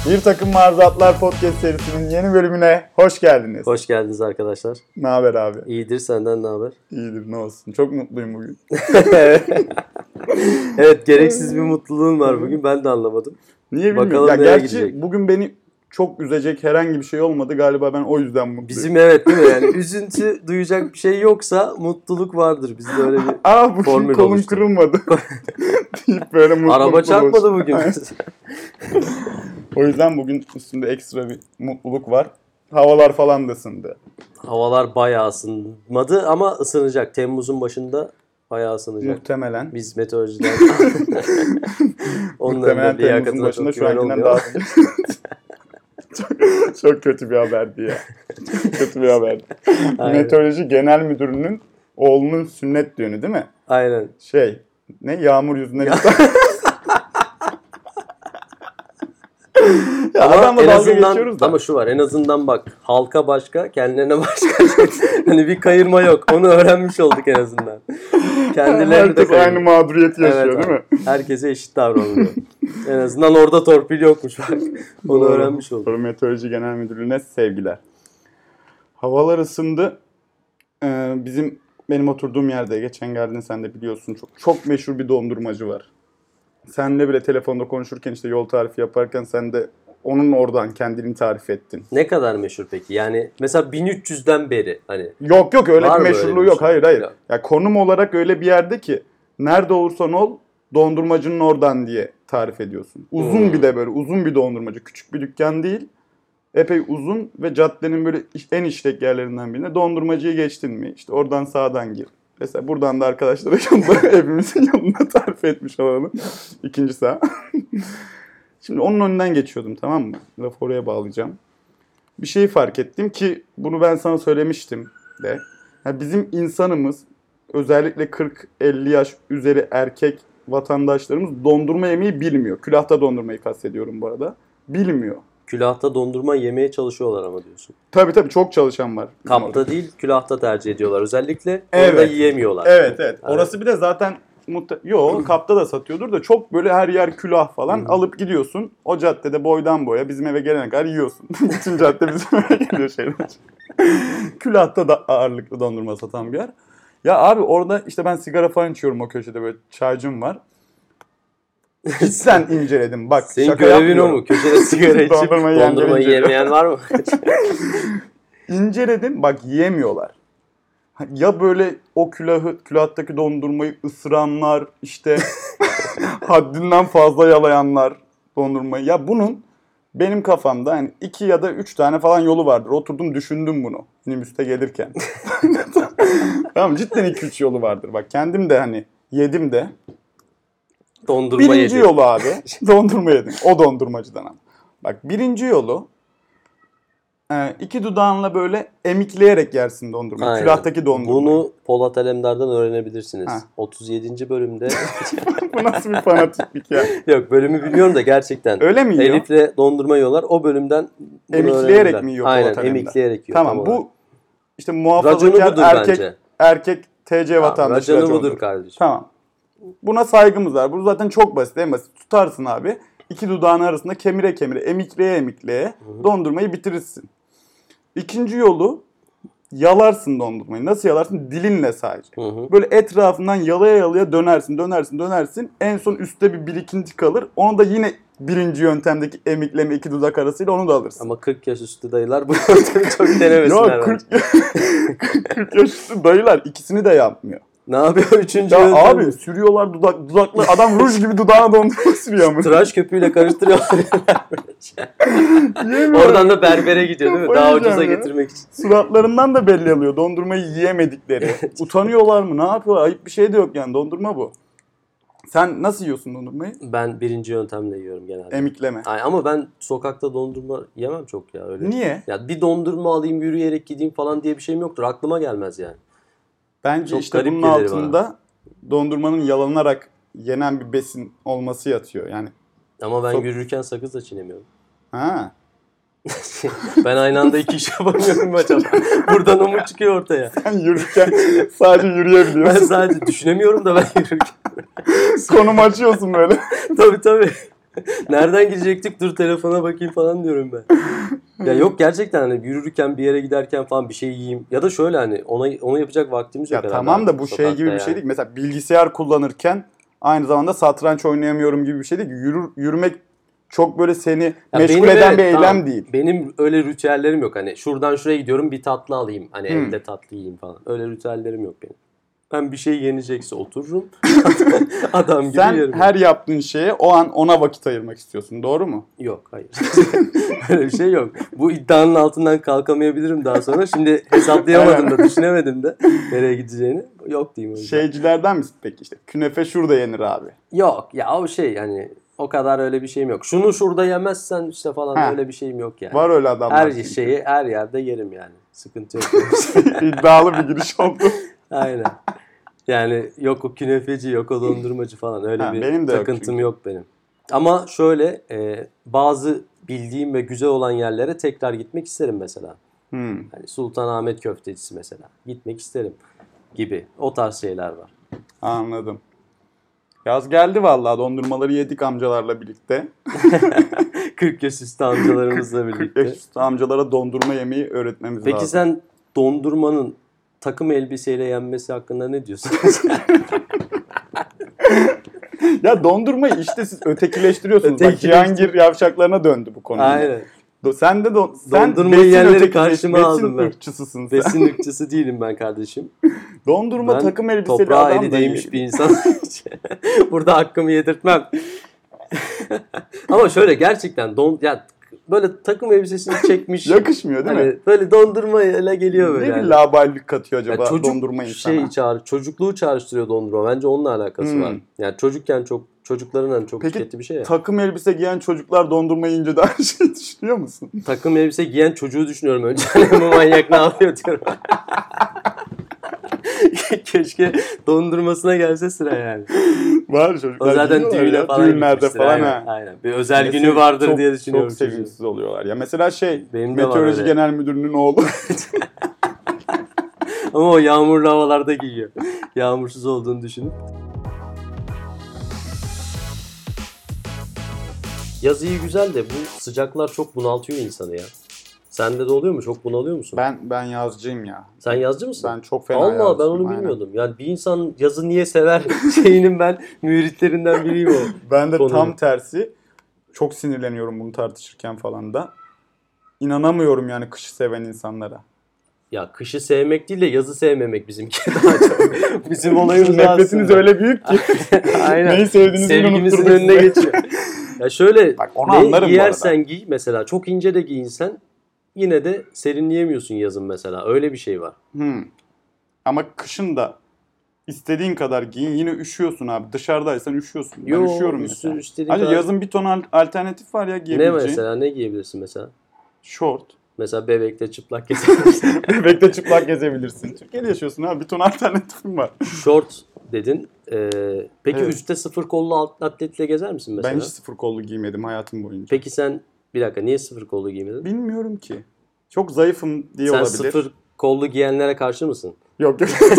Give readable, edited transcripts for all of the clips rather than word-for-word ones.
Bir Takım Maruzatlar Podcast serisinin yeni bölümüne hoş geldiniz. Hoş geldiniz arkadaşlar. Ne haber abi? İyidir, senden ne haber? İyidir, ne olsun. Çok mutluyum bugün. Evet, gereksiz bir mutluluğun var bugün. Ben de anlamadım. Niye bilmiyorum. Bakalım ya nereye gerçi gidecek? bugün beni çok üzecek herhangi bir şey olmadı. Galiba ben o yüzden mutluyum. Bizim evet değil mi? Yani üzüntü duyacak bir şey yoksa mutluluk vardır. Bizde öyle bir bugün formül kolum oluştu. kırılmadı. deyip böyle mutlu Araba mutlu çarpmadı boş. bugün. O yüzden bugün üstünde ekstra bir mutluluk var. Havalar falan da ısındı. Havalar bayağı ısınmadı ama ısınacak. Temmuz'un başında bayağı ısınacak. Muhtemelen. Biz meteorolojiler onların Muhtemelen da Temmuz'un liyakatına başında çok şu güven ankinden olmuyor. daha çok kötü bir haberdi ya. Çok kötü bir haberdi. Aynen. Meteoroloji Genel Müdürü'nün oğlunun sünnet düğünü değil mi? Aynen. Yağmur yüzünden ya Ama adamla en dalga azından, geçiyoruz da. ama şu var, en azından bak, halka başka, kendilerine başka. Hani bir kayırma yok. Onu öğrenmiş olduk en azından. Kendilerini de Herkes kayırıyor. aynı mağduriyeti yaşıyor Evet, değil mi? herkese eşit davranılıyor. En azından orada torpil yokmuş bak. Onu Doğru. öğrenmiş olduk. Doğru. Meteoroloji Genel Müdürlüğü'ne sevgiler. Havalar ısındı. Benim oturduğum yerde geçen geldin sen de biliyorsun çok meşhur bir dondurmacı var. Seninle bile telefonda konuşurken işte yol tarifi yaparken sen de onun oradan kendini tarif ettin. Ne kadar meşhur peki? Yani mesela 1300'den beri hani. Yok öyle Var bir mı meşhurluğu öyle bir yok. şey? Hayır. Yok. Ya konum olarak öyle bir yerde ki nerede olursan ol dondurmacının oradan diye tarif ediyorsun. Uzun bir de böyle uzun bir dondurmacı. Küçük bir dükkan değil. Epey uzun ve caddenin böyle en işlek yerlerinden birine. Dondurmacıyı geçtin mi? İşte oradan sağdan gir. Mesela buradan da arkadaşlara yanında hepimizin yanına tarif etmiş olalım. İkinci sağ. Şimdi onun önünden geçiyordum, tamam mı? Lafı oraya bağlayacağım. Bir şeyi fark ettim ki bunu ben sana söylemiştim de. Yani bizim insanımız özellikle 40-50 yaş üzeri erkek vatandaşlarımız dondurma yemeyi bilmiyor. Külahta dondurmayı kastediyorum bu arada. Bilmiyor. Külahta dondurma yemeye çalışıyorlar ama diyorsun. Tabii çok çalışan var. Kapta değil, külahta tercih ediyorlar. Özellikle Evet. orada yiyemiyorlar. Evet. Orası bir de zaten kapta da satıyordur da çok böyle her yer külah falan alıp gidiyorsun. O caddede boydan boya bizim eve gelene kadar yiyorsun. Bütün cadde bizim eve geliyor şeyler. Külahta da ağırlıklı dondurma satan bir yer. Ya abi orada işte ben sigara falan içiyorum o köşede, böyle çaycım var. Cidden inceledim. Bak Senin şaka görevin o yapmıyorum. mu? Köşede sigara içip dondurmayı yemeyen var mı? İnceledim. Bak yiyemiyorlar. Ya böyle o külahtaki dondurmayı ısıranlar, işte haddinden fazla yalayanlar dondurmayı. Ya bunun benim kafamda hani 2 ya da 3 tane falan yolu vardır. Oturdum düşündüm bunu minibüste gelirken. Tamam, cidden 2-3 yolu vardır. Bak kendim de hani yedim de. Dondurma Birinci yedim. yolu abi dondurma yedim. O dondurmacıdan ama. Bak birinci yolu 2 dudağınla böyle emikleyerek yersin dondurmayı. Aynen. Külahtaki dondurmayı. Bunu Polat Alemdar'dan öğrenebilirsiniz. Ha. 37. bölümde. Bu nasıl bir fanatiklik ya? Yok, bölümü biliyorum da gerçekten. Öyle mi yiyor? Elif'le dondurma yiyorlar. O bölümden bunu Emikleyerek öğrenirler. mi yiyor Aynen, Polat Alemdar? emikleyerek yiyor. Tamam, bu işte Raconu muhafazakar budur bence. erkek TC vatandaşı Raconu raconudur. budur kardeşim. Tamam. Buna saygımız var. Bu zaten çok basit. En basit. Tutarsın abi. 2 dudağın arasında kemire kemire, emikleye dondurmayı bitirirsin. İkinci yolu yalarsın dondurmayı. Nasıl yalarsın? Dilinle sadece. Böyle etrafından yalaya dönersin. En son üstte bir birikinti kalır. Onu da yine birinci yöntemdeki emikleme 2 dudak arasıyla onu da alırsın. Ama 40 yaş üstü dayılar bu yöntemi çok denemesinler. Yok 40 yaş üstü dayılar ikisini de yapmıyor. Ne yapıyor üçüncü Ya yöntem? abi sürüyorlar dudaklı adam ruj gibi dudağına dondurma sürüyor ama. Tıraş köpüğüyle karıştırıyorlar. Yiyemiyor. Oradan da berbere gidiyor değil mi? Kafayı Daha yiyeceğim ucuza ya. getirmek için. Suratlarından da belli oluyor dondurmayı yiyemedikleri. Utanıyorlar mı? Ne yapıyorlar? Ayıp bir şey de yok yani, dondurma bu. Sen nasıl yiyorsun dondurmayı? Ben birinci yöntemle yiyorum genelde. Emikleme. Ay, ama ben sokakta dondurma yemem çok ya öyle. Niye? Ya bir dondurma alayım, yürüyerek gideyim falan diye bir şeyim yoktur. Aklıma gelmez yani. Bence Çok işte garip bunun gelir altında dondurmanın yalanarak yenen bir besin olması yatıyor. Yani Ama ben yürürken sakız da çiğnemiyorum. ha. Ben aynı anda iki iş yapamıyorum mu acaba? Buradan o mu çıkıyor ortaya? Sen yürürken sadece Ben yürüyebiliyorsun. sadece düşünemiyorum da ben yürürken. Konum açıyorsun böyle. Tabii. Nereden gidecektik? Dur telefona bakayım falan diyorum ben. Ya yok gerçekten hani yürürken bir yere giderken falan bir şey yiyeyim. Ya da şöyle hani onu yapacak vaktimiz Ya yok herhalde tamam da artık bu şey sokakta gibi bir şey yani. değil. Mesela bilgisayar kullanırken aynı zamanda satranç oynayamıyorum gibi bir şey değil. Yürümek çok böyle seni Ya meşgul benim eden evet, bir eylem tamam. değil. Benim öyle ritüellerim yok. Hani şuradan şuraya gidiyorum bir tatlı alayım. Hani Hmm. evde tatlı yiyeyim falan. Öyle ritüellerim yok benim. Ben bir şey yenecekse otururum. Adam gibi Sen yerim. her yaptığın şeye o an ona vakit ayırmak istiyorsun. Doğru mu? Yok hayır. Öyle bir şey yok. Bu iddianın altından kalkamayabilirim daha sonra. Şimdi hesaplayamadım da düşünemedim de nereye gideceğini. Yok diyeyim o yüzden. Şeycilerden misin peki işte? Künefe şurada yenir abi. Yok ya o şey yani o kadar öyle bir şeyim yok. Şunu şurada yemezsen işte falan Heh. öyle bir şeyim yok yani. Var öyle adamlar Her çünkü. şeyi her yerde yerim yani. Sıkıntı yok. İddialı bir giriş oldu. Aynen. Yani yok o künefeci yok o dondurmacı falan öyle bir Benim de yok takıntım çünkü. yok benim. Ama şöyle bazı bildiğim ve güzel olan yerlere tekrar gitmek isterim mesela. Hani Sultanahmet köftecisi mesela. Gitmek isterim gibi. O tarz şeyler var. Anladım. Yaz geldi vallahi, dondurmaları yedik amcalarla birlikte. 40 yaş üstü amcalarımızla 40 birlikte. yaş üstü amcalara dondurma yemeyi öğretmemiz Peki lazım. sen dondurmanın takım elbiseyle yenmesi hakkında ne diyorsun? Ya dondurmayı işte siz ötekileştiriyorsunuz. Bak Ötekileştir- Cihangir yavşaklarına döndü bu konu. Aynen. Sen de sen Dondurma besin yiyenleri karşıma besin aldım ben. ırkçısısın sen. Besin ırkçısı değilim ben kardeşim. Dondurma Ben takım elbiseli toprağa adam eli da değmiş yiyebilir. bir insan. Burada hakkımı yedirtmem. Ama şöyle gerçekten ya böyle takım elbisesini çekmiş. Yakışmıyor değil mi? Hani böyle dondurmayla geliyor böyle. Ne bir yani. laballik katıyor acaba Ya çocuk dondurma insana? çocukluğu çağrıştırıyor dondurma. Bence onunla alakası var. Yani çocukken çocukların hani çok Peki tükettiği bir şey ya. takım elbise giyen çocuklar dondurma yiyince de aynı şeyi düşünüyor musun? Takım elbise giyen çocuğu düşünüyorum önce. Bu manyak ne yapıyor diyorum. Keşke dondurmasına gelse sıra yani. Var çocuklar O zaten giyiyorlar düğüne ya, falan düğünlerde gitmiştir. falan Aynen, ha. aynen. Bir özel Mesela günü vardır çok, diye düşünüyorum. Çok çocuğun. sevimsiz oluyorlar. Ya mesela Benim de var meteoroloji öyle. genel müdürünün oğlu. Ama o yağmurlu havalarda giyiyor. Yağmursuz olduğunu düşünüp. Yaz iyi güzel de bu sıcaklar çok bunaltıyor insanı ya. Sende de oluyor mu? Çok bunalıyor musun? Ben yazcıyım ya. Sen yazcı mısın? Ben çok fena Allah ben yazcıyım, onu aynen. bilmiyordum. Yani bir insan yazı niye sever şeyinin ben müritlerinden biriyim o. Ben de konuda. tam tersi. Çok sinirleniyorum bunu tartışırken falan da. İnanamıyorum yani kışı seven insanlara. Ya kışı sevmek değil de yazı sevmemek bizimki daha çok. Bizim olayımız Nefretiniz aslında. öyle büyük ki. Aynen. Neyi sevdiğinizi Sevgimizin unutturdu önüne size. geçiyor. Ya şöyle Bak, onu ne anlarım bu giyersen giy mesela çok ince de giyinsen yine de serinleyemiyorsun yazın mesela. Öyle bir şey var. Ama kışın da istediğin kadar giyin yine üşüyorsun abi. Dışarıdaysan üşüyorsun. Ben Yo, üşüyorum mesela. istediğin Hadi kadar- yazın bir ton alternatif var ya Ne giyebileceğin. mesela ne giyebilirsin mesela? Şort. Mesela bebekte çıplak gezebilirsin. Bebekte çıplak gezebilirsin. Türkiye'de yaşıyorsun abi. Bir ton alternatifim var. Short dedin. Peki Evet. üstte sıfır kollu atletle gezer misin mesela? Ben hiç sıfır kollu giymedim hayatım boyunca. Peki sen bir dakika niye sıfır kollu giymedin? Bilmiyorum ki. Çok zayıfım diye Sen olabilir. sıfır kollu giyenlere karşı mısın? Yok.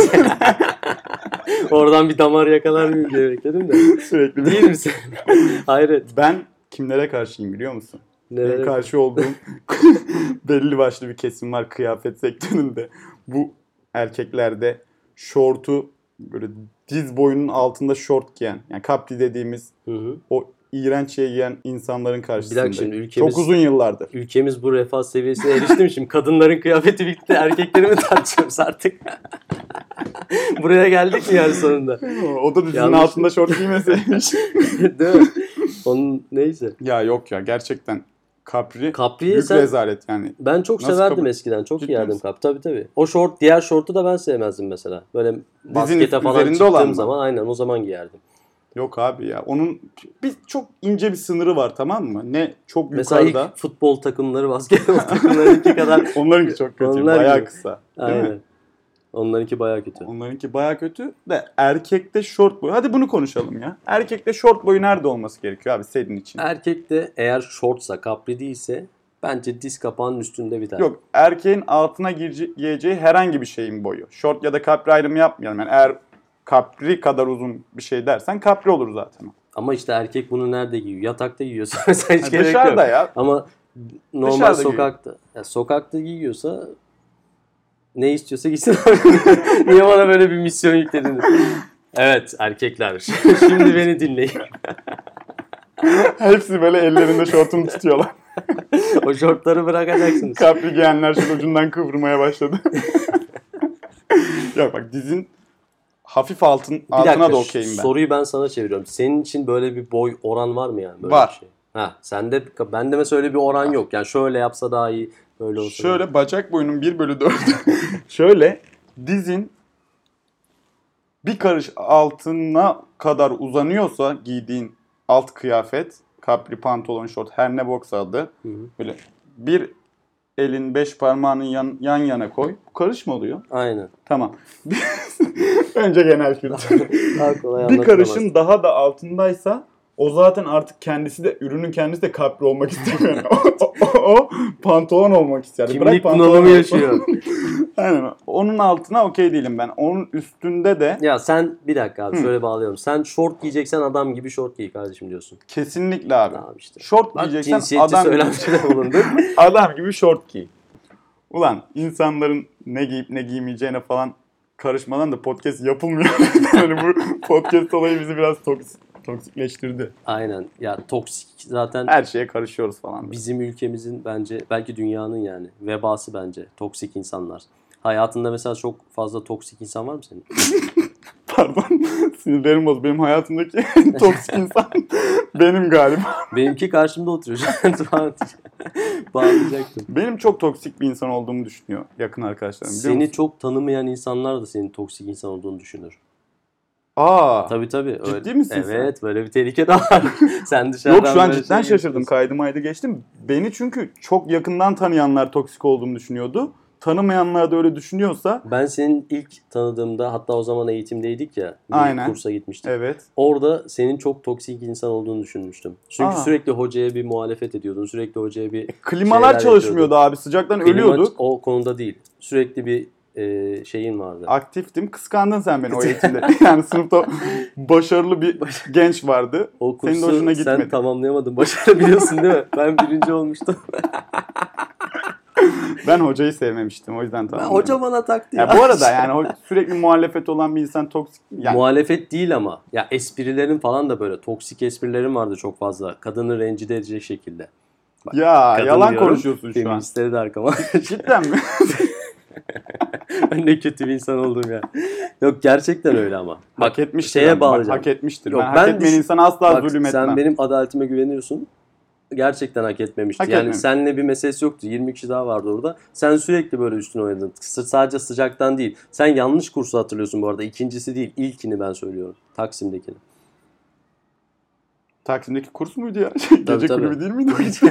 Oradan bir damar yakalar mıyım diye bekledim de. Sürekli Değil misin? Hayret. Ben kimlere karşıyım biliyor musun? Nelere- Benim karşı olduğum belli başlı bir kesim var kıyafet sektöründe. Bu erkeklerde şortu böyle diz boyunun altında şort giyen, yani capri dediğimiz Hı. o iğrenç şey giyen insanların karşısındayım. şimdi ülkemiz- Çok uzun yıllardır. Ülkemiz bu refah seviyesine erişti mi şimdi? Kadınların kıyafeti bitti, erkekleri mi tartışıyoruz artık? Buraya geldik mi yani sonunda? O da dizinin Yanlış. altında şort giymeseymiş. Değil mi? Onun neyse. Ya yok ya, gerçekten capri Capri'yi büyük sen... rezalet yani. Ben çok Nasıl severdim kabul- eskiden. Çok Ciddi giyerdim misin? capri. Tabii. O diğer şortu da ben sevmezdim mesela. Böyle baskete falan üzerinde çıktığım olan mı? zaman aynen o zaman giyerdim. Yok abi ya. Onun çok ince bir sınırı var, tamam mı? Ne çok Mesela yukarıda. ilk futbol takımları, basketbol takımlarınki kadar. Onlarınki çok kötü. Onlar Bayağı gibi. kısa. Değil mi? Aynen. Onlarınki bayağı kötü. Onlarınki bayağı kötü de erkekte şort boyu. Hadi bunu konuşalım ya. Erkekte şort boyu nerede olması gerekiyor abi senin için? Erkek de eğer şortsa, capri değilse bence diz kapağının üstünde biter. Yok, erkeğin altına giyeceği herhangi bir şeyin boyu. Şort ya da capri ayrımı yapmayalım. Yani eğer capri kadar uzun bir şey dersen capri olur zaten. Ama işte erkek bunu nerede giyiyor? Yatakta giyiyorsa mesela hiç gerek Dışarıda yok. ya. Ama normal Dışarıda sokakta. Ya sokakta giyiyorsa ne istiyorsa gitsin. Niye bana böyle bir misyon yükledin? Evet erkekler. Şimdi beni dinleyin. Hepsi böyle ellerinde şortunu tutuyorlar. O şortları bırakacaksınız. Kapri giyenler şöyle ucundan kıvırmaya başladı. Yok bak dizin hafif altına da okeyim ben. Soruyu ben sana çeviriyorum. Senin için böyle bir boy oran var mı yani? Böyle Var. Bir şey? Ha, bende mesela öyle bir oran yok. Yani şöyle yapsa daha iyi, böyle olsa. Şöyle bacak boyunun 1/4. Şöyle dizin bir karış altına kadar uzanıyorsa giydiğin alt kıyafet, kapri pantolon, şort her ne boksa adı. Böyle bir elin 5 parmağını yan yana koy. Bu karış mı oluyor? Aynen. Tamam. Önce genel kültür. Daha kolay Bir karışın daha da altındaysa o zaten artık ürünün kendisi de kapri olmak istemiyor. O pantolon olmak ister. Kimlik bunalımı yaşıyor. Aynen. Onun altına okey değilim ben. Onun üstünde de Ya sen bir dakika abi şöyle bağlayalım. Sen şort giyeceksen adam gibi şort giy kardeşim diyorsun. kesinlikle abi. Tamam işte. Şort Bak giyeceksen cinsiyetçi adam söylemde bulunduk. adam gibi şort giy. Ulan insanların ne giyip ne giymeyeceğine falan karışmadan da podcast yapılmıyor. Yani bu podcast olayı bizi biraz toksikleştirdi. Aynen. Ya toksik zaten Her şeye karışıyoruz falan. bizim ülkemizin bence belki dünyanın yani vebası bence toksik insanlar. Hayatında mesela çok fazla toksik insan var mı senin? Pardon. Sinirlerim bozdu. Benim hayatımdaki en toksik insan benim galiba. Benimki karşımda oturuyor. Bağlayacaktım. Benim çok toksik bir insan olduğumu düşünüyor yakın arkadaşlarım. Biliyor Seni musun? çok tanımayan insanlar da senin toksik insan olduğunu düşünür. Aa. Tabii. Ciddi misin sen? Evet böyle bir tehlike de var. Sen dışarıdan Yok şu an böyle cidden şey şaşırdım. yapıyorsun. Kaydı geçtim. Beni çünkü çok yakından tanıyanlar toksik olduğumu düşünüyordu. Tanımayanlar da öyle düşünüyorsa. Ben senin ilk tanıdığımda hatta o zaman eğitimdeydik ya. Bir Aynen. kursa gitmiştik. Evet. Orada senin çok toksik insan olduğunu düşünmüştüm. Çünkü Aa. sürekli hocaya bir muhalefet ediyordun. Sürekli hocaya bir Klimalar şeyler çalışmıyordu yapıyordun. abi. Sıcaktan Klima ölüyorduk. o konuda değil. Sürekli bir şeyin vardı. Aktiftim. Kıskandın sen beni o eğitimde. Yani sınıfta başarılı bir genç vardı. O Senin de kursu hoşuna sen gitmedi. tamamlayamadın. Başarabiliyorsun değil mi? Ben birinci olmuştum. Ben hocayı sevmemiştim. O yüzden tamam. Hoca bana taktı ya. Ya bu arada yani sürekli muhalefet olan bir insan toksik. Yani Muhalefet değil ama. Ya esprilerin falan da böyle. Toksik esprilerin vardı çok fazla. Kadını rencide edecek şekilde. ya Kadın yalan diyorum, konuşuyorsun şu an. Feministleri de arkama. Cidden mi? Ben ne kötü bir insan oldum ya. Yok gerçekten öyle ama. Hak etmiştir. Şeye ama. Bak, bağlayacağım. hak etmiştir. Yok, ben hak etmeyen insana asla Bak, zulüm etmem. sen benim adaletime güveniyorsun. Gerçekten hak etmemişti. Hak yani etmemiş. seninle bir meselesi yoktu. 20 kişi daha vardı orada. Sen sürekli böyle üstüne oynadın. Sadece sıcaktan değil. Sen yanlış kursu hatırlıyorsun bu arada. İkincisi değil. İlkini ben söylüyorum. Taksim'dekini. Taksim'deki kurs muydu ya? Gece tabii. kulübü değil miydi?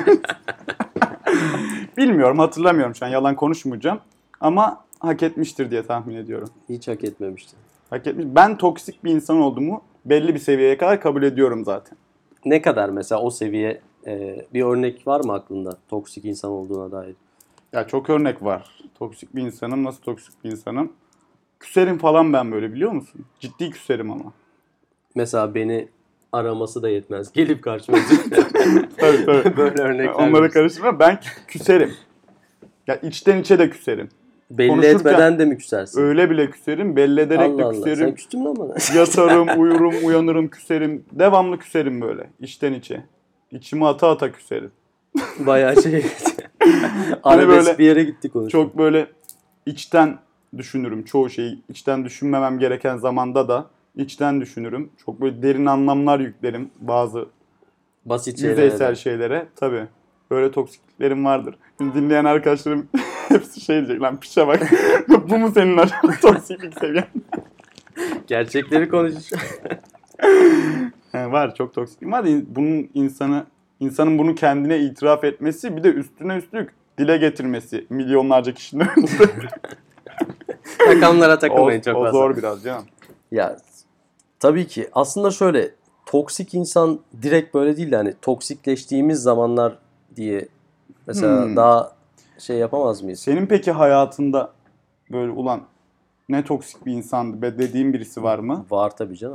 Bilmiyorum, hatırlamıyorum şu an. Yalan konuşmayacağım. Ama hak etmiştir diye tahmin ediyorum. Hiç hak etmemişti. Hak etmiş. Ben toksik bir insan olduğumu belli bir seviyeye kadar kabul ediyorum zaten. Ne kadar mesela o seviye bir örnek var mı aklında? Toksik insan olduğuna dair. Ya çok örnek var. Toksik bir insanım. Nasıl toksik bir insanım? Küserim falan ben böyle, biliyor musun? Ciddi küserim ama. Mesela beni araması da yetmez. Gelip karşıma Tabii. böyle örnekler. Onları karıştırma. Ben küserim. Ya içten içe de küserim. Belli konuşurken etmeden de mi küsersin? Öyle bile küserim. Belli ederek Allah de Allah. küserim. Sen küstün mü bana? Yatarım, uyurum, uyanırım, küserim. Devamlı küserim böyle. İçten içe. İçime ata ata küserim. Bayağı şey. Arabesk böyle bir yere gitti konuşma. Çok böyle içten düşünürüm. Çoğu şeyi içten düşünmemem gereken zamanda da içten düşünürüm. Çok böyle derin anlamlar yüklerim bazı basit şeyler. yüzeysel şeylere. Tabii. Böyle toksikliklerim vardır. Şimdi dinleyen arkadaşlarım hepsi şey diyecek, lan piçe bak. Bu mu senin toksiklik seviyen? Gerçekleri konuş. Yani var, çok toksiklik var da bunun insanın bunu kendine itiraf etmesi, bir de üstüne üstlük dile getirmesi milyonlarca kişinin önünde. Rakamlara takılmayın çok O fazla. zor biraz canım. Ya tabii ki aslında şöyle toksik insan direkt böyle değil de hani toksikleştiğimiz zamanlar diye mesela daha şey yapamaz mıyız? Senin peki hayatında böyle ulan ne toksik bir insandı be dediğin birisi var mı? Var tabii canım.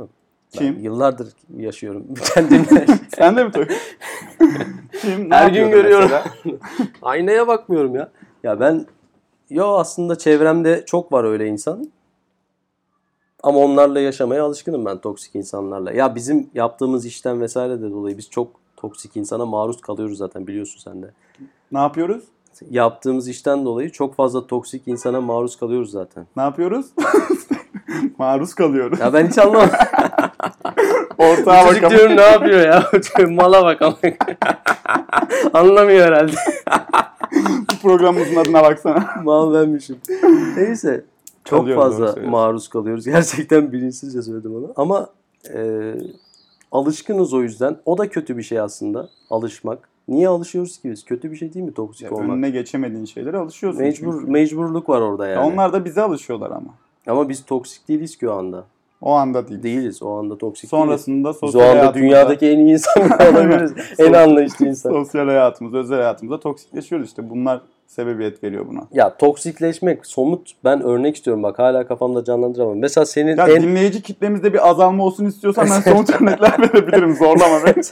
Kim? Ben yıllardır yaşıyorum kendimle. Sen de mi toksik? Kim? Ne Her gün yapıyordu görüyorum. mesela? Aynaya bakmıyorum ya. Ya ben aslında çevremde çok var öyle insan. Ama onlarla yaşamaya alışkınım ben, toksik insanlarla. Ya bizim yaptığımız işten vesaire de dolayı biz çok toksik insana maruz kalıyoruz zaten, biliyorsun sen de. Ne yapıyoruz? Yaptığımız işten dolayı çok fazla toksik insana maruz kalıyoruz zaten. Ne yapıyoruz? Maruz kalıyoruz. Ya ben hiç anlamadım. Ortağa Çocuk bakalım. diyorum ne yapıyor ya? Mala bak ama. Anlamıyor herhalde. Bu programımızın adına baksana. Mal benmişim. Neyse. Çok Kalıyoruz, doğru fazla söylüyorsun. maruz kalıyoruz. Gerçekten bilinçsizce söyledim onu. Ama alışkınız o yüzden. O da kötü bir şey aslında. Alışmak. Niye alışıyoruz ki biz? Kötü bir şey değil mi toksik Ya olmak? önüne geçemediğin şeylere alışıyorsun. çünkü. Mecburluk var orada Ya yani. onlar da bize alışıyorlar ama. Ama biz toksik değiliz ki o anda. O anda değil. Değiliz. O anda toksik değiliz. Sonrasında Biz sosyal o anda hayatımızda, dünyadaki en iyi insanlar olabiliriz. En anlayışlı insan. sosyal hayatımızda, özel hayatımızda toksikleşiyoruz işte. Bunlar sebebiyet veriyor buna. Ya toksikleşmek somut, ben örnek istiyorum bak, hala kafamda canlandıramam. Mesela senin Ya en dinleyici kitlemizde bir azalma olsun istiyorsan ben somut örnekler verebilirim. Zorlama beni.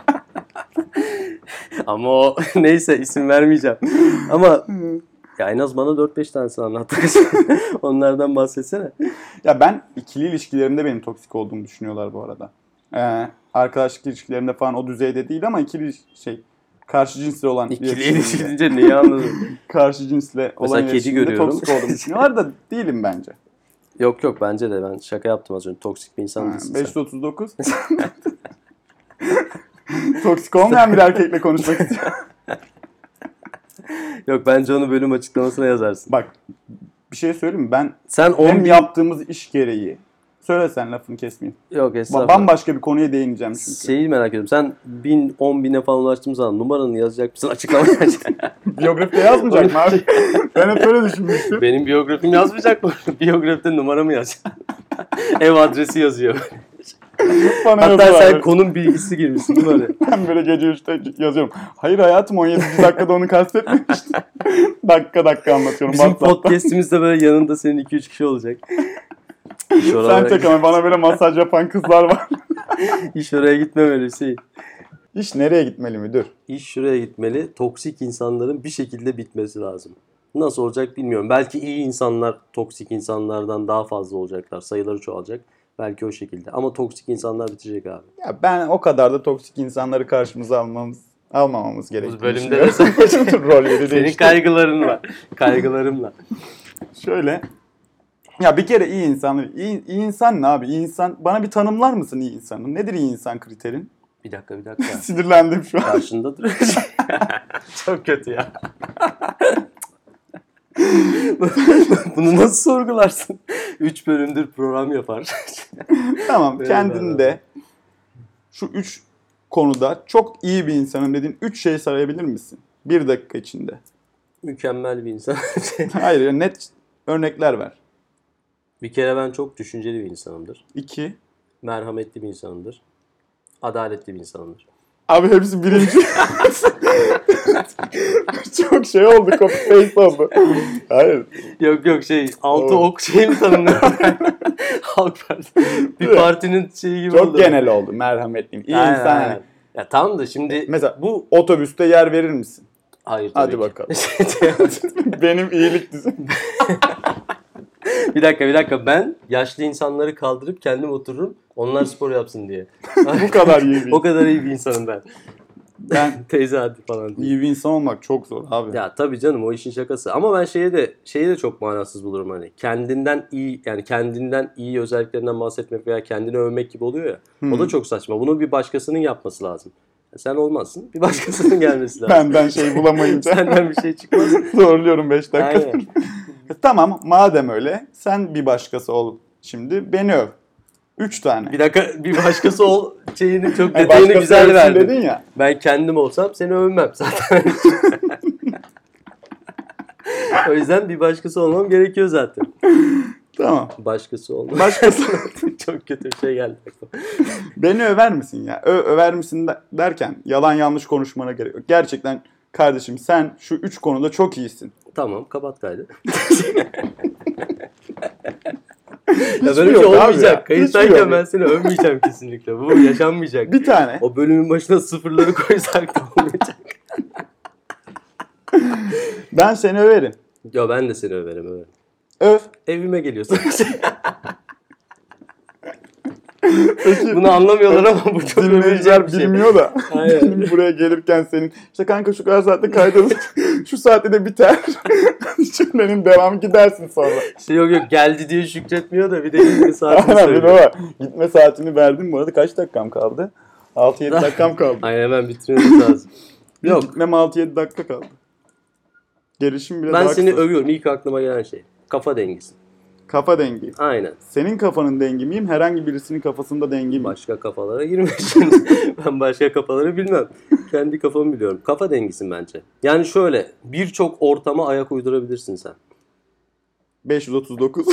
ama o neyse, isim vermeyeceğim. Ama ya en az bana 4-5 tanesini anlattık. Onlardan bahsetsene. Ya ben ikili ilişkilerimde benim toksik olduğumu düşünüyorlar bu arada. Arkadaşlık ilişkilerimde falan o düzeyde değil ama karşı cinsle olan İkili iletişimimde, ilişki deyince neyi anladın? karşı cinsle olan Mesela kedi iletişimde görüyorum. toksik olduğumu düşünüyorlar da değilim bence. Yok bence de, ben şaka yaptım az önce. Toksik bir insan değilsin sen. 539. Toksik olmayan bir erkekle konuşmak istiyorum. Yok, bence onu bölüm açıklamasına yazarsın. Bak bir şey söyleyeyim mi? Ben Sen hem yaptığımız iş gereği. Söyle sen, lafını kesmeyeyim. Yok estağfurullah. Bambaşka bir konuya değineceğim çünkü. Şeyi merak ediyorum. Sen 1000'e falan ulaştığımız zaman numaranı yazacak mısın? Açıklama yazacak. Biyografide yazmayacak mı abi? Ben hep öyle düşünmüştüm. Benim biyografim yazmayacak mı? Biyografide numaramı yazacak. Ev adresi yazıyor. Bana Hatta yazıyorlar. sen konum bilgisi girmişsin değil mi oraya? Ben böyle gece 3'te yazıyorum. Hayır hayatım, 17. dakikada onu kastetmemiştim. dakika anlatıyorum. Bizim WhatsApp'ta. podcast'imizde böyle yanında senin 2-3 kişi olacak. Sen tek ama bana böyle masaj yapan kızlar var. İş oraya gitmemeli Hüseyin. İş nereye gitmeli müdür? İş şuraya gitmeli. Toksik insanların bir şekilde bitmesi lazım. Nasıl olacak bilmiyorum. Belki iyi insanlar toksik insanlardan daha fazla olacaklar. Sayıları çoğalacak. Belki o şekilde. Ama toksik insanlar bitecek abi. Ya ben o kadar da toksik insanları karşımıza almamamız gerektiğini Bu bölümde de düşünüyorum. Rolleri senin değişti. kaygıların var. Kaygılarımla. Şöyle. Ya bir kere iyi insan ne abi? İyi insan, bana bir tanımlar mısın iyi insanı? Nedir iyi insan kriterin? Bir dakika. Sinirlendim şu an. Karşında duruyor. Çok kötü ya. Bunu nasıl sorgularsın? 3 bölümdür program yapar. Tamam, Evet, kendinde şu 3 konuda çok iyi bir insanım dediğin 3 şey sayabilir misin? 1 dakika içinde. Mükemmel bir insan. Hayır ya, net örnekler ver. Bir kere ben çok düşünceli bir insanımdır. 2. Merhametli bir insanımdır. Adaletli bir insanımdır. Abi hepsi birinci. Çok şey oldu, copy paste oldu. Hayır. Yok altı Oğlum. ok şey mi tanımlıyorum? Halk Partisi. Bir partinin şeyi gibi Çok oldu. genel oldu. Merhametliyim. İyi Aynen, insan. aynen. Ya tamam da şimdi Mesela bu otobüste yer verir misin? hayır tabii Hadi ki. bakalım. Benim iyilik dizim. Bir dakika, ben yaşlı insanları kaldırıp kendim otururum, onlar spor yapsın diye. Bu kadar iyi bir O kadar iyi bir insanım ben. Ben Teyze hadi falan diye. iyi bir insan olmak çok zor abi. Ya tabii canım, o işin şakası. Ama ben şeyi de çok manasız bulurum hani. Kendinden iyi özelliklerinden bahsetmek veya kendini övmek gibi oluyor ya. O da çok saçma. Bunu bir başkasının yapması lazım. Sen olmazsın. Bir başkasının gelmesi lazım. Benden şey bulamayınca Senden bir şey çıkmaz. zorluyorum 5 dakika. Aynen. Tamam, madem öyle sen bir başkası ol şimdi, beni öv. 3 tane. Bir dakika, bir başkası ol şeyini çok Yani detayını başkası güzel övsün verdin. dedin ya. Ben kendim olsam seni övmem zaten. O yüzden bir başkası olmam gerekiyor zaten. Tamam. Başkası olmam. Başkası. Çok kötü bir şey geldi aklıma. Beni över misin ya? Över misin derken yalan yanlış konuşmana gerek yok. Gerçekten kardeşim sen şu 3 konuda çok iyisin. Tamam, kapat kaydı. Ya böyle bir yok şey abi ya. olmayacak. Hiç Kayıttayken yok. ben seni övmeyeceğim kesinlikle. Bu yaşanmayacak. Bir tane. O bölümün başına sıfırları koysak da olmayacak. Ben seni överim. Ya ben de seni överim. Öv. Evime geliyorsun. Bunu anlamıyorlar ama bu çok övülecek Dinleyiciler bir şey. bilmiyor da. Aynen. Benim buraya gelirken senin işte kanka şu kadar saatte kaydolur. Şu saatte de biter. Cümlenin devamı gidersin sonra. İşte yok geldi diye şükretmiyor da bir de gitme saatini Aynen bir de söylüyor. var. Gitme saatini verdim bu arada. Kaç dakikam kaldı? 6-7 dakikam kaldı. Aynen hemen bitirmemiz lazım. Yok. Gitmem 6-7 dakika kaldı. Gelişim bile Ben daha seni kısa. övüyorum. İlk aklıma gelen şey. Kafa dengesi. Kafa dengi. Aynen. Senin kafanın dengi miyim? Herhangi birisinin kafasında dengi miyim? Başka kafalara girme şimdi. Ben başka kafaları bilmem. Kendi kafamı biliyorum. Kafa dengisin bence. Yani şöyle birçok ortama ayak uydurabilirsin sen. 539.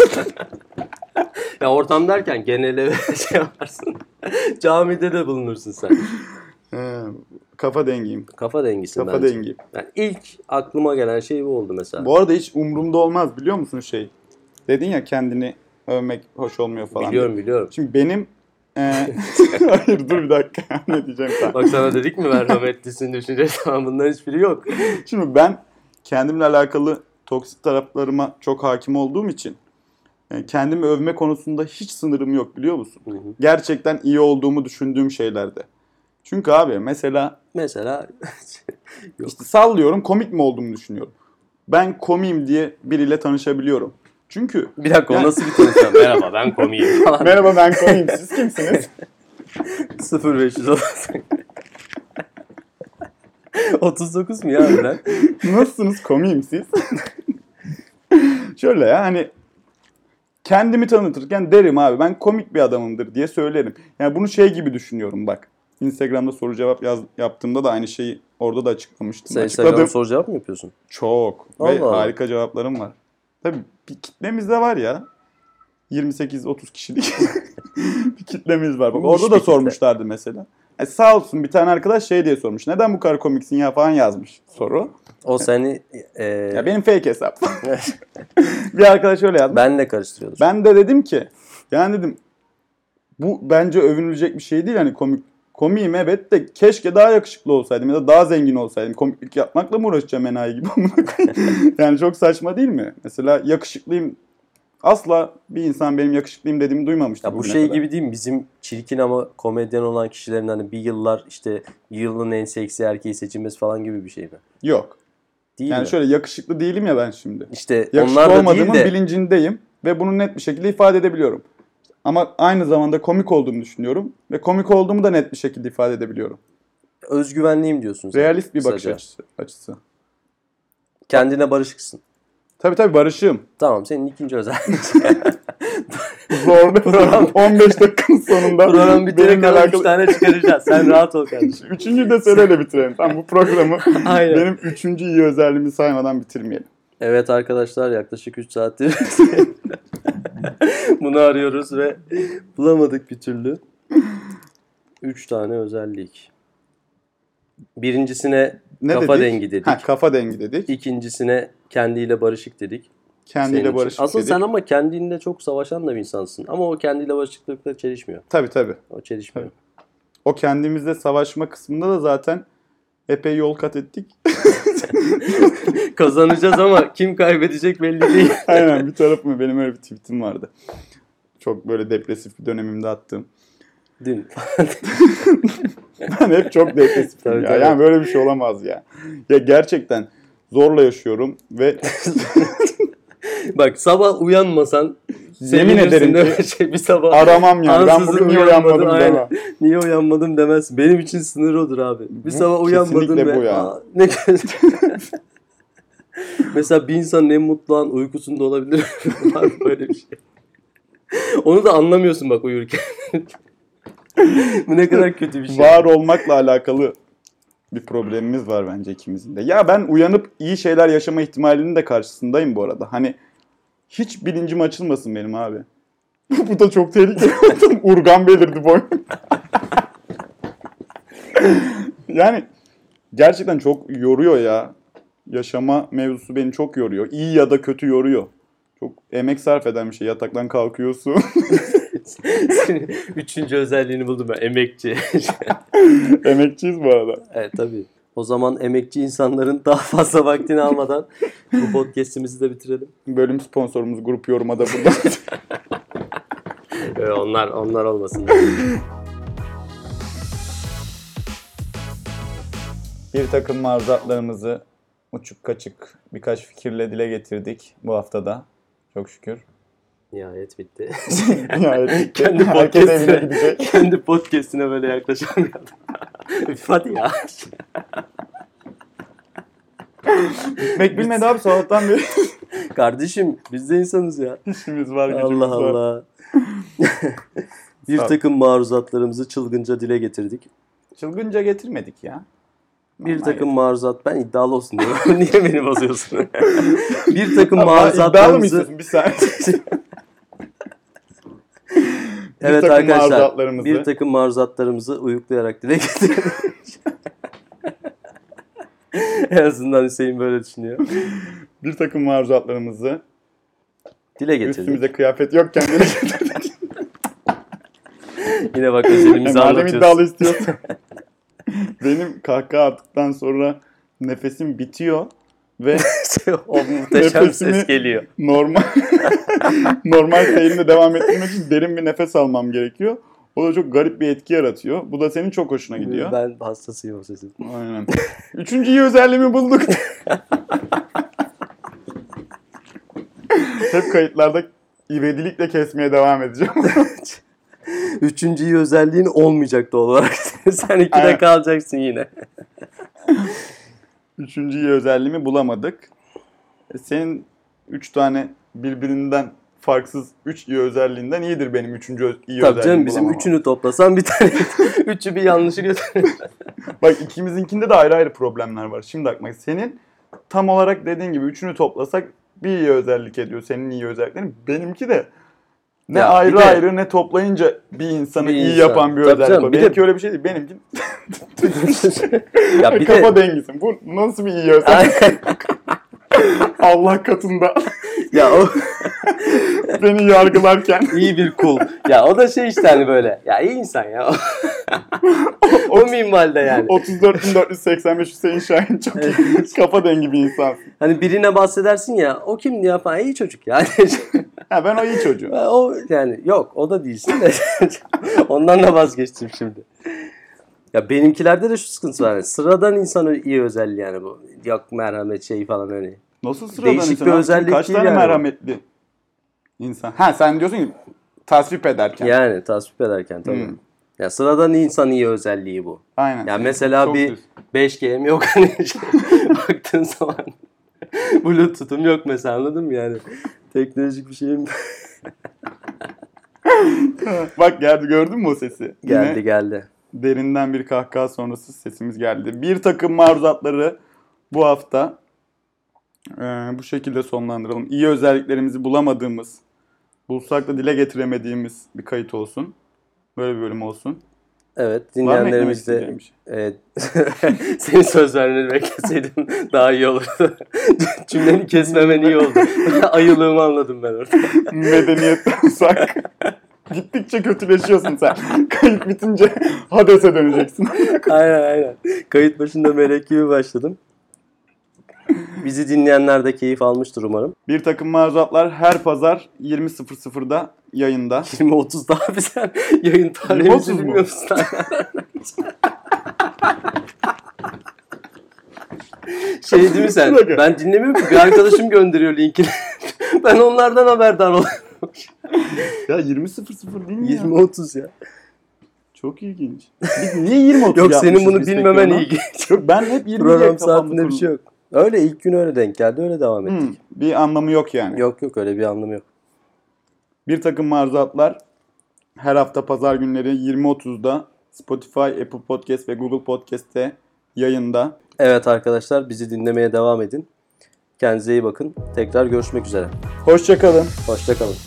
Ya ortam derken genele şey yaparsın. Camide de bulunursun sen. Kafa dengiyim. Kafa dengisin Kafa bence. dengiyim. Yani ilk aklıma gelen şey bu oldu mesela. Bu arada hiç umurumda olmaz biliyor musun şey? Dedin ya kendini övmek hoş olmuyor falan. Biliyorum. Şimdi benim hayır dur bir dakika ne diyeceğim sen. Bak sana dedik mi merhametlisin düşüncesi falan bunların hiçbiri yok. Şimdi ben kendimle alakalı toksik taraflarıma çok hakim olduğum için kendimi övme konusunda hiç sınırım yok biliyor musun? Hı hı. Gerçekten iyi olduğumu düşündüğüm şeylerde. Çünkü abi mesela Yok. işte sallıyorum komik mi olduğumu düşünüyorum. Ben komiyim diye biriyle tanışabiliyorum. Çünkü Bir dakika o Yani- nasıl bir tanışma? Merhaba ben komiyim falan. merhaba ben komiyim siz kimsiniz? 0500 olasın. 39 mu ya ben? Nasılsınız komiyim siz? Şöyle ya hani kendimi tanıtırken derim abi ben komik bir adamımdır diye söylerim. Yani bunu şey gibi düşünüyorum bak. Instagram'da soru cevap yaptığımda da aynı şeyi orada da açıklamıştım. Sen Açıkladım. Instagram'da soru cevap mı yapıyorsun? Çok. Ve Allah Allah. harika cevaplarım var. Tabii bir kitlemiz de var ya. 28-30 kişilik bir kitlemiz var. Bak, Niş orada bir da kitle. sormuşlardı mesela. Sağ olsun bir tane arkadaş şey diye sormuş. Neden bu kadar komiksin ya falan yazmış soru. O seni Ya benim fake hesap. Bir arkadaş öyle yazmış. benle karıştırıyordur. Ben de dedim ki yani dedim bu bence övünülecek bir şey değil. Hani komiyim evet de keşke daha yakışıklı olsaydım ya da daha zengin olsaydım. Komiklik yapmakla mı uğraşacağım enayi gibi? Yani çok saçma değil mi? Mesela yakışıklıyım. Asla bir insan benim yakışıklıyım dediğimi duymamıştı. Ya bu bugüne şey kadar. gibi değil mi? Bizim çirkin ama komedyen olan kişilerin hani bir yıllar işte yılın en seksi erkeği seçilmesi falan gibi bir şey mi? Yok. Değil Yani mi? şöyle yakışıklı değilim ya ben şimdi. İşte Yakışıklı onlar da değil olmadığımın de bilincindeyim ve bunu net bir şekilde ifade edebiliyorum. Ama aynı zamanda komik olduğumu düşünüyorum ve komik olduğumu da net bir şekilde ifade edebiliyorum. özgüvenliyim diyorsun sen. Realist bir bakış Kısaca. açısı. Kendine barışıksın. Tabii barışığım. Tamam senin ikinci özelliğin. Zor bir program. 15 dakikanın sonunda. Program bitene benimle kadar 3 alakalı- tane çıkaracağız. Sen rahat ol kardeşim. Üçüncü de seneyle bitirelim. Tamam bu programı Aynen. benim üçüncü iyi özelliğimi saymadan bitirmeyelim. Evet arkadaşlar yaklaşık 3 saattir bunu arıyoruz ve bulamadık bir türlü. 3 tane özellik. Birincisine Ne kafa dedik? dengi dedik. Ha, kafa dengi dedik. İkincisine kendiyle barışık dedik. Senin Kendiyle için. barışık Asıl dedik. sen ama kendinle çok savaşan da bir insansın. Ama o kendiyle barışıklıkla çelişmiyor. Tabii. O çelişmiyor. O kendimizle savaşma kısmında da zaten epey yol kat ettik. Kazanacağız ama kim kaybedecek belli değil. Aynen bir tarafım benim öyle bir tweetim vardı. Çok böyle depresif bir dönemimde attığım. Dün. Ben hep çok depresifim Tabii, ya. tabii. Yani böyle bir şey olamaz ya. Ya gerçekten zorla yaşıyorum ve Bak sabah uyanmasan yemin ederim ki şey, bir sabah aramam yani. Ben ansızın bugün niye uyanmadın, uyanmadım aynen. demem. Niye uyanmadım demez. Benim için sınır odur abi. Bir Bu sabah uyanmadım kesinlikle ve bu ya. "Aa, ne mesela bir insanın en mutlu an uykusunda olabilir. Var mı böyle bir şey? Onu da anlamıyorsun bak uyurken. Bu ne kadar kötü bir şey. Var olmakla alakalı bir problemimiz var bence ikimizin de. Ya ben uyanıp iyi şeyler yaşama ihtimalinin de karşısındayım bu arada. Hani hiç bilincim açılmasın benim abi. Bu da çok tehlikeli. Urgan belirdi boy. Yani gerçekten çok yoruyor ya. Yaşama mevzusu beni çok yoruyor. İyi ya da kötü yoruyor. Çok emek sarf eden bir şey. Yataktan kalkıyorsun. Üçüncü özelliğini buldum ben. Emekçi. Emekçiyiz bu arada. Evet tabii. O zaman emekçi insanların daha fazla vaktini almadan bu podcast'imizi de bitirelim. Bölüm sponsorumuz Grup Yorum'a da burada. Onlar olmasın. Bir takım maruzatlarımızı uçuk kaçık birkaç fikirle dile getirdik bu haftada. Çok şükür. Nihayet bitti. Nihayet Kendi herkes evine gidecek. kendi podcast'ine böyle yaklaşan bir adam. Hadi ya. Gitmek bilmedi abi sabahtan beri. Kardeşim biz de insanız ya. İşimiz var, gücümüz Allah var. Allah. Bir takım maruzatlarımızı çılgınca dile getirdik. Çılgınca getirmedik ya. Bir takım maruzat, ben iddialı olsun diyorum. Niye beni bozuyorsun? Bir takım İddialı mı maruzatlarımızı... istiyorsun? Bir saniye. Evet takım arkadaşlar, maruzatlarımızı- bir takım maruzatlarımızı uyuklayarak dile getirdik. En azından Hüseyin böyle düşünüyor. Bir takım maruzatlarımızı Dile getirdik. üstümüzde kıyafet yokken dile getirdik. Yine bak özelimizi Madem anlatıyorsun. iddialı istiyorsun. Benim kahkaha attıktan sonra nefesim bitiyor ve O muhteşem Nefesimi- ses geliyor. normal seyrimde devam ettirmek için derin bir nefes almam gerekiyor. O da çok garip bir etki yaratıyor. Bu da senin çok hoşuna gidiyor. Ben hastasıyım o sesin. Aynen. Üçüncü iyi özelliğimi bulduk. Hep kayıtlarda ivedilikle kesmeye devam edeceğim. Üçüncü iyi özelliğin olmayacak doğal olarak. Sen ikide Aynen. kalacaksın yine. Üçüncü iyi özelliğimi bulamadık. Senin 3 tane birbirinden farksız 3 iyi özelliğinden iyidir benim üçüncü iyi Tabii özelliğimi canım bizim bulamamam. üçünü toplasan bir tane. Üçü bir yanlışı götürür. Bak ikimizinkinde de ayrı ayrı problemler var. Şimdi aklıma senin tam olarak dediğin gibi üçünü toplasak bir iyi özellik ediyor. Senin iyi özelliklerin. Benimki de ne Ya, ayrı bir de- ayrı ne toplayınca bir insanı Bir iyi insan. yapan bir Tabii özellik canım, var. bir de- Benimki öyle bir şey değil. Benimki Ya bir kafa de dengisin. Bu nasıl bir iyi özellik? Allah katında ya o beni yargılarken iyi bir kul. Ya o da şey işte hani böyle. Ya iyi insan ya. O minvalde yani. 34.485 Hüseyin Şahin çok iyi. Kafa dengi bir insansın. Hani birine bahsedersin ya o kimdi ya falan iyi çocuk yani. Ha, ben o iyi çocuğum. O yani yok o da değilsin de. Ondan da vazgeçtim şimdi. Ya benimkilerde de şu sıkıntı var. Yani sıradan insanın iyi özelliği yani bu. Yok merhamet şey falan öyle. Nasıl sıradan Değişik insan? bir Abi? özellik Kaç değil tane yani. merhametli insan? Ha sen diyorsun ki tasvip ederken. Yani tasvip ederken tabii. Ya sıradan insan iyi özelliği bu. Aynen. Ya mesela Çok bir düz. 5G'm yok hani baktığın zaman Bluetooth'um yok mesela anladın mı yani? Teknolojik bir şeyim Bak geldi gördün mü o sesi? Yine geldi. derinden bir kahkaha sonrası sesimiz geldi. Bir takım maruzatları bu hafta bu şekilde sonlandıralım. İyi özelliklerimizi bulamadığımız, bulsak da dile getiremediğimiz bir kayıt olsun. Böyle bir bölüm olsun. Evet Var mı eklemek dinleyenlerimiz istediğin de bir şey? senin söz vermeni bekleseydim daha iyi olurdu. Cümleni kesmemen iyi oldu. Ayılığımı anladım ben orada. Medeniyetten uzak. Gittikçe kötüleşiyorsun sen. Kayıt bitince Hades'e döneceksin. Aynen. Kayıt başında melek gibi başladım. Bizi dinleyenler de keyif almıştır umarım. Bir takım maruzatlar her pazar 20.00'da yayında. 20-30 daha bir sen yayın 20-30 tarihimizi mu? bilmiyor musun? Şey değil mi sen? Bir dakika. Ben dinlemiyorum ki bir arkadaşım gönderiyor linkini. Ben onlardan haberdar oluyorum. Ya 20.00 değil mi ya? 20-30 ya. Çok ilginç. Biz niye 20.30 Yok senin yapmışız bunu biz peki bilmemen ona? ilginç. Yok ben hep 20 Program diye kafamda saatinde bir kurdum. şey yok. Öyle ilk gün öyle denk geldi öyle devam ettik. Bir anlamı yok yani. Yok öyle bir anlamı yok. Bir takım maruzatlar her hafta pazar günleri 20.30'da Spotify, Apple Podcast ve Google Podcast'te yayında. Evet arkadaşlar bizi dinlemeye devam edin. Kendinize iyi bakın. Tekrar görüşmek üzere. Hoşça kalın. Hoşça kalın.